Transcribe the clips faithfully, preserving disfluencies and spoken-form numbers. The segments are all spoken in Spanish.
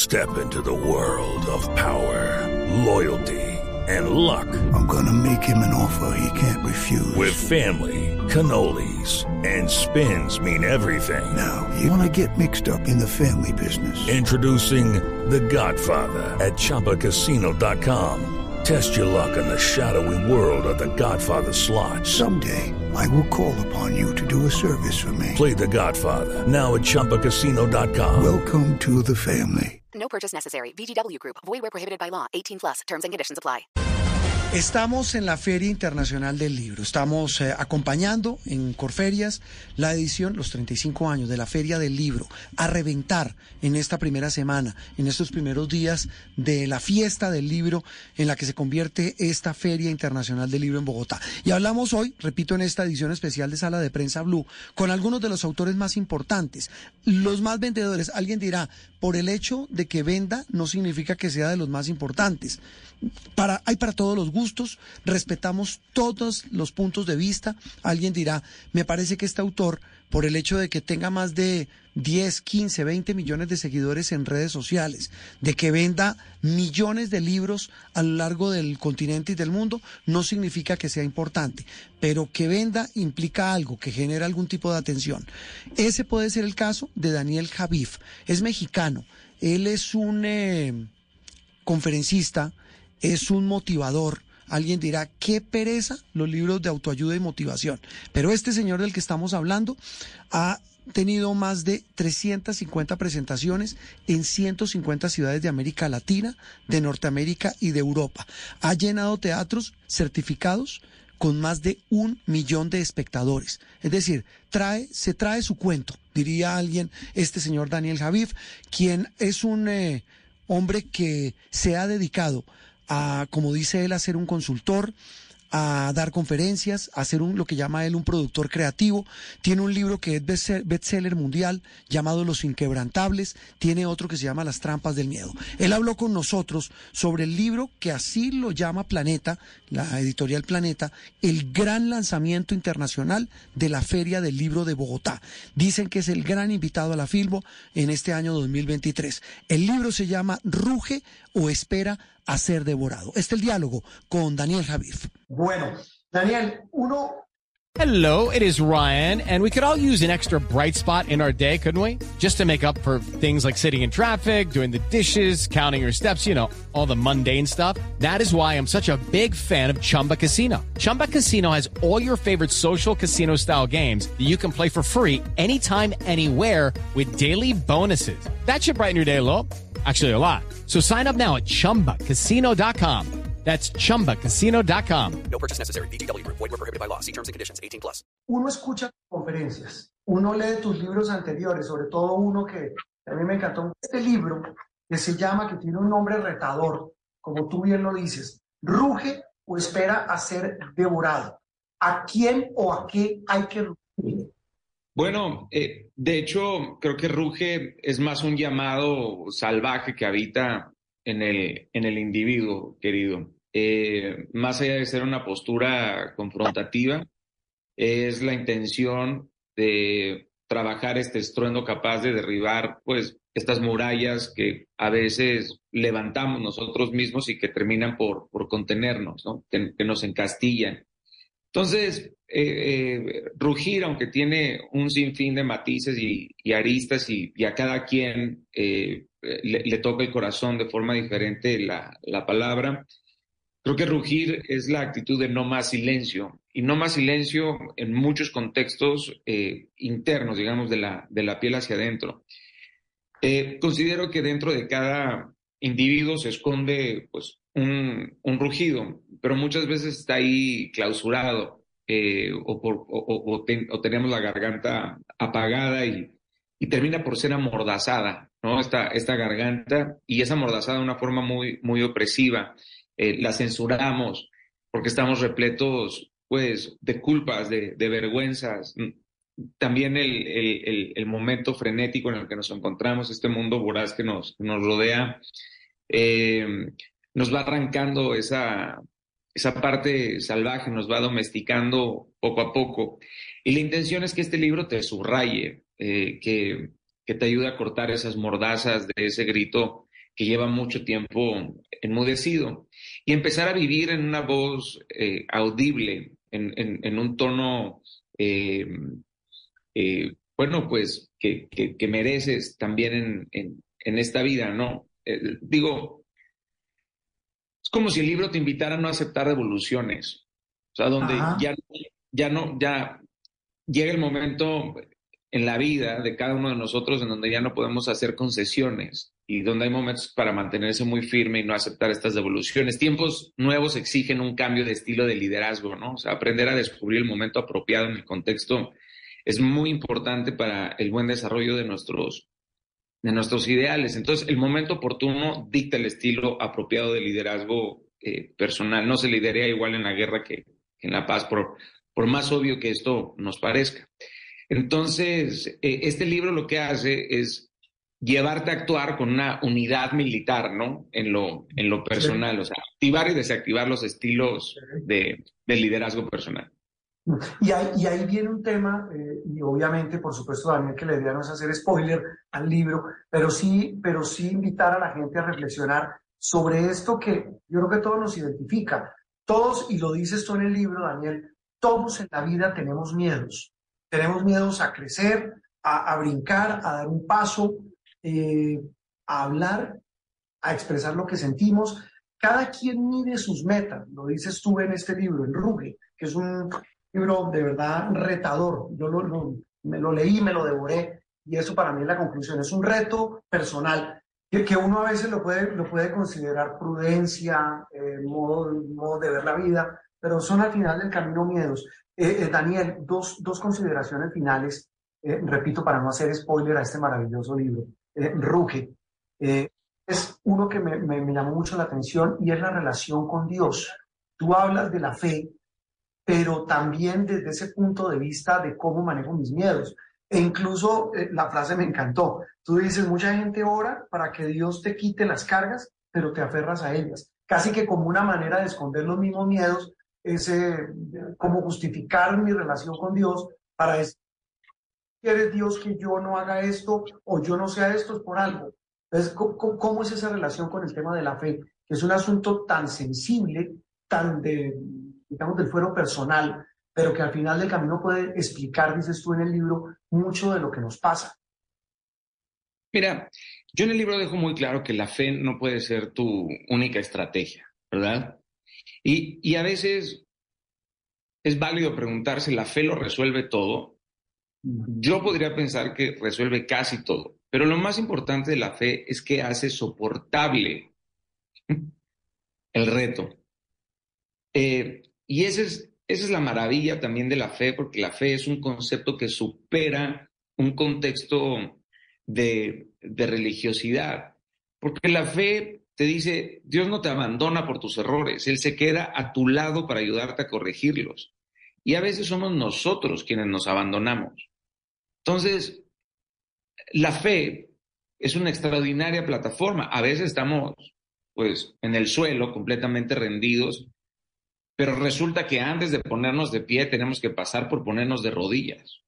Step into the world of power, loyalty, and luck. I'm gonna make him an offer he can't refuse. With family, cannolis, and spins mean everything. Now, you wanna get mixed up in the family business. Introducing The Godfather at Chumba Casino dot com. Test your luck in the shadowy world of The Godfather slot. Someday, I will call upon you to do a service for me. Play The Godfather now at Chumba Casino dot com. Welcome to the family. No purchase necessary. V G W Group. Void where prohibited by law. eighteen plus. Terms and conditions apply. Estamos en la Feria Internacional del Libro. Estamos eh, acompañando en Corferias la edición, los treinta y cinco años de la Feria del Libro, a reventar en esta primera semana, en estos primeros días de la fiesta del libro en la que se convierte esta Feria Internacional del Libro en Bogotá. Y hablamos hoy, repito, en esta edición especial de Sala de Prensa Blue, con algunos de los autores más importantes, los más vendedores. Alguien dirá, por el hecho de que venda no significa que sea de los más importantes. Para, hay para todos los gustos, respetamos todos los puntos de vista. Alguien dirá, me parece que este autor, por el hecho de que tenga más de diez, quince, veinte millones de seguidores en redes sociales, de que venda millones de libros a lo largo del continente y del mundo, no significa que sea importante, pero que venda implica algo, que genera algún tipo de atención. Ese puede ser el caso de Daniel Javif. Es mexicano, él es un eh, conferencista, es un motivador. Alguien dirá, qué pereza los libros de autoayuda y motivación. Pero este señor del que estamos hablando ha tenido más de trescientas cincuenta presentaciones en ciento cincuenta ciudades de América Latina, de Norteamérica y de Europa. Ha llenado teatros certificados con más de un millón de espectadores. Es decir, trae, se trae su cuento, diría alguien, este señor Daniel Javif, quien es un eh, hombre que se ha dedicado a, como dice él, a ser un consultor, a dar conferencias, a ser un, lo que llama él un productor creativo. Tiene un libro que es bestseller mundial llamado Los Inquebrantables, tiene otro que se llama Las Trampas del Miedo. Él habló con nosotros sobre el libro que así lo llama Planeta, la editorial Planeta, el gran lanzamiento internacional de la Feria del Libro de Bogotá. Dicen que es el gran invitado a la Filbo en este año dos mil veintitrés. El libro se llama Ruge o espera a ser devorado. Este es el diálogo con Daniel Javif. Bueno, Daniel, uno... Hello, it is Ryan, and we could all use an extra bright spot in our day, couldn't we? Just to make up for things like sitting in traffic, doing the dishes, counting your steps, you know, all the mundane stuff. That is why I'm such a big fan of Chumba Casino. Chumba Casino has all your favorite social casino-style games that you can play for free anytime, anywhere with daily bonuses. That should brighten your day a little. Actually, a lot. So sign up now at Chumba Casino dot com. That's Chumba Casino dot com. No purchase necessary. V G W Group. Void where prohibited by law. See terms and conditions. eighteen plus. Uno escucha conferencias, uno lee tus libros anteriores, sobre todo uno que a mí me encantó. Este libro que se llama, que tiene un nombre retador, como tú bien lo dices, Ruge o espera a ser devorado. ¿A quién o a qué hay que rugir? Bueno, eh, de hecho, creo que Ruge es más un llamado salvaje que habita en el, en el individuo, querido. Eh, más allá de ser una postura confrontativa, es la intención de trabajar este estruendo capaz de derribar, pues, estas murallas que a veces levantamos nosotros mismos y que terminan por, por contenernos, ¿no? Que, que nos encastillan. Entonces, eh, eh, Rugir, aunque tiene un sinfín de matices y, y aristas y, y a cada quien eh, le, le toca el corazón de forma diferente la, la palabra, creo que Rugir es la actitud de no más silencio, y no más silencio en muchos contextos eh, internos, digamos, de la, de la piel hacia adentro. Eh, considero que dentro de cada individuo se esconde, pues, un, un rugido, pero muchas veces está ahí clausurado eh, o, por, o, o, ten, o tenemos la garganta apagada y, y termina por ser amordazada, ¿no? Esta, esta garganta, y es amordazada de una forma muy, muy opresiva. Eh, la censuramos porque estamos repletos, pues, de culpas, de, de vergüenzas. También el, el, el, el momento frenético en el que nos encontramos, este mundo voraz que nos, nos rodea, eh, nos va arrancando esa, esa parte salvaje, nos va domesticando poco a poco. Y la intención es que este libro te subraye, eh, que, que te ayude a cortar esas mordazas de ese grito que lleva mucho tiempo enmudecido, y empezar a vivir en una voz eh, audible, en, en, en un tono, eh, eh, bueno, pues que, que, que mereces también en, en, en esta vida, ¿no? Eh, digo, es como si el libro te invitara a no aceptar devoluciones, o sea, donde ya, ya no, ya llega el momento en la vida de cada uno de nosotros en donde ya no podemos hacer concesiones y donde hay momentos para mantenerse muy firme y no aceptar estas devoluciones. Tiempos nuevos exigen un cambio de estilo de liderazgo, ¿no? O sea, aprender a descubrir el momento apropiado en el contexto es muy importante para el buen desarrollo de nuestros, de nuestros ideales. Entonces, el momento oportuno dicta el estilo apropiado de liderazgo eh, personal. No se lidera igual en la guerra que, que en la paz, por, por más obvio que esto nos parezca. Entonces, eh, este libro lo que hace es llevarte a actuar con una unidad militar, ¿no? En lo, en lo personal, sí. O sea, activar y desactivar los estilos de, de liderazgo personal. Y ahí, y ahí viene un tema, eh, y obviamente, por supuesto, Daniel, que la idea no es hacer spoiler al libro, pero sí, pero sí invitar a la gente a reflexionar sobre esto que yo creo que todos nos identifica. Todos, y lo dices tú en el libro, Daniel, todos en la vida tenemos miedos. Tenemos miedos a crecer, a, a brincar, a dar un paso, eh, a hablar, a expresar lo que sentimos. Cada quien mide sus metas, lo dices tú en este libro, en Ruge, que es un libro de verdad retador. Yo lo, lo, me lo leí, me lo devoré, y eso para mí es la conclusión. Es un reto personal, que, que uno a veces lo puede, lo puede considerar prudencia, eh, modo, modo de ver la vida, pero son al final del camino miedos. Eh, eh, Daniel, dos, dos consideraciones finales, eh, repito, para no hacer spoiler a este maravilloso libro. Eh, Ruge, eh, es uno que me, me, me llamó mucho la atención, y es la relación con Dios. Tú hablas de la fe, pero también desde ese punto de vista de cómo manejo mis miedos. E incluso eh, la frase me encantó. Tú dices, mucha gente ora para que Dios te quite las cargas, pero te aferras a ellas. Casi que como una manera de esconder los mismos miedos, es eh, como justificar mi relación con Dios para decir, ¿quieres Dios que yo no haga esto o yo no sea esto? Es por algo. Entonces, ¿cómo, cómo es esa relación con el tema de la fe? Que es un asunto tan sensible, tan de, digamos, del fuero personal, pero que al final del camino puede explicar, dices tú en el libro, mucho de lo que nos pasa. Mira, yo en el libro dejo muy claro que la fe no puede ser tu única estrategia, ¿verdad? Y, y a veces es válido preguntarse, ¿la fe lo resuelve todo? Yo podría pensar que resuelve casi todo, pero lo más importante de la fe es que hace soportable el reto. Eh, y ese es, esa es la maravilla también de la fe, porque la fe es un concepto que supera un contexto de, de religiosidad. Porque la fe te dice, Dios no te abandona por tus errores, Él se queda a tu lado para ayudarte a corregirlos. Y a veces somos nosotros quienes nos abandonamos. Entonces, la fe es una extraordinaria plataforma. A veces estamos, pues, en el suelo, completamente rendidos, pero resulta que antes de ponernos de pie tenemos que pasar por ponernos de rodillas.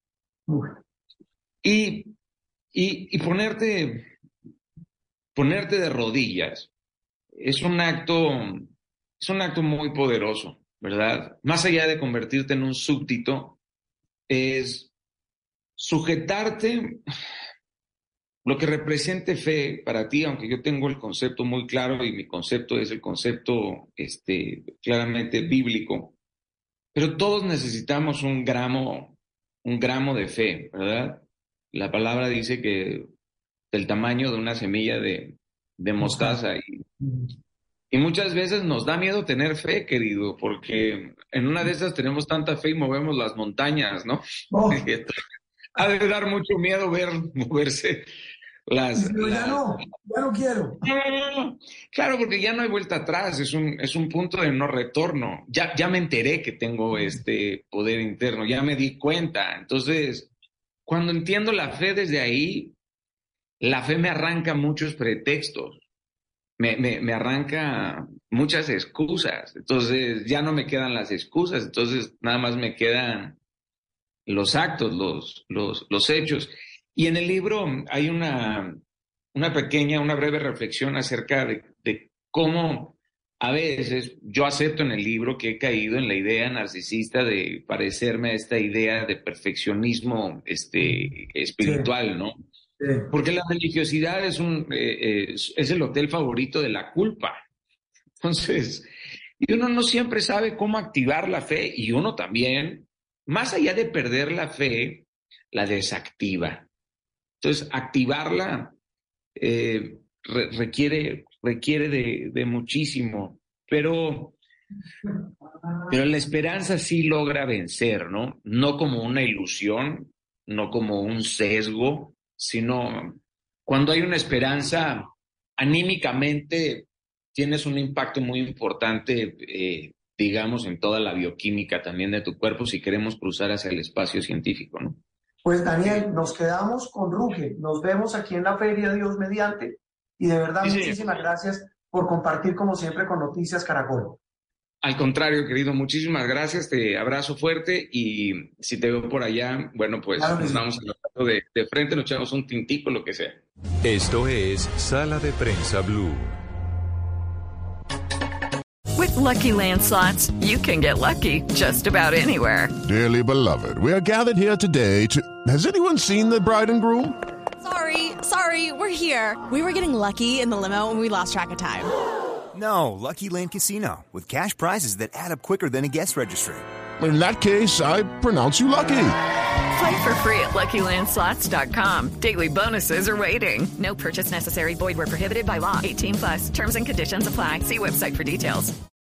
Y, y, y ponerte, ponerte de rodillas es un acto, es un acto muy poderoso, ¿verdad? Más allá de convertirte en un súbdito, es sujetarte lo que represente fe para ti, aunque yo tengo el concepto muy claro y mi concepto es el concepto este, claramente bíblico, pero todos necesitamos un gramo, un gramo de fe, ¿verdad? La palabra dice que del tamaño de una semilla de, de mostaza y, y muchas veces nos da miedo tener fe, querido, porque en una de esas tenemos tanta fe y movemos las montañas, ¿no? Oh. Ha de dar mucho miedo ver moverse las... Pero ya las... no, ya no quiero. No, no, no. Claro, porque ya no hay vuelta atrás, es un, es un punto de no retorno. Ya, ya me enteré que tengo este poder interno, ya me di cuenta. Entonces, cuando entiendo la fe desde ahí, la fe me arranca muchos pretextos, me, me, me arranca muchas excusas. Entonces, ya no me quedan las excusas, entonces nada más me quedan los actos, los, los, los hechos. Y en el libro hay una, una pequeña, una breve reflexión acerca de, de cómo a veces yo acepto en el libro que he caído en la idea narcisista de parecerme a esta idea de perfeccionismo este, espiritual, sí. ¿no? Sí. Porque la religiosidad es, un, eh, es, es el hotel favorito de la culpa. Entonces, y uno no siempre sabe cómo activar la fe, y uno también, más allá de perder la fe, la desactiva. Entonces, activarla eh, re- requiere, requiere de, de muchísimo, pero, pero la esperanza sí logra vencer, ¿no? No como una ilusión, no como un sesgo, sino cuando hay una esperanza, anímicamente tienes un impacto muy importante, eh, digamos, en toda la bioquímica también de tu cuerpo, si queremos cruzar hacia el espacio científico, ¿no? Pues Daniel, nos quedamos con Ruge. Nos vemos aquí en la feria, Dios mediante. Y de verdad, sí, muchísimas sí. gracias por compartir, como siempre, con Noticias Caracol. Al contrario, querido, muchísimas gracias. Te abrazo fuerte y si te veo por allá, bueno, pues claro, nos damos el abrazo de, de frente, nos echamos un tintico, lo que sea. Esto es Sala de Prensa Blue. With Lucky Land Slots, you can get lucky just about anywhere. Dearly beloved, we are gathered here today to... Has anyone seen the bride and groom? Sorry, sorry, we're here. We were getting lucky in the limo and we lost track of time. No, Lucky Land Casino, with cash prizes that add up quicker than a guest registry. In that case, I pronounce you lucky. Play for free at Lucky Land Slots dot com. Daily bonuses are waiting. No purchase necessary. Void where prohibited by law. eighteen plus. Terms and conditions apply. See website for details.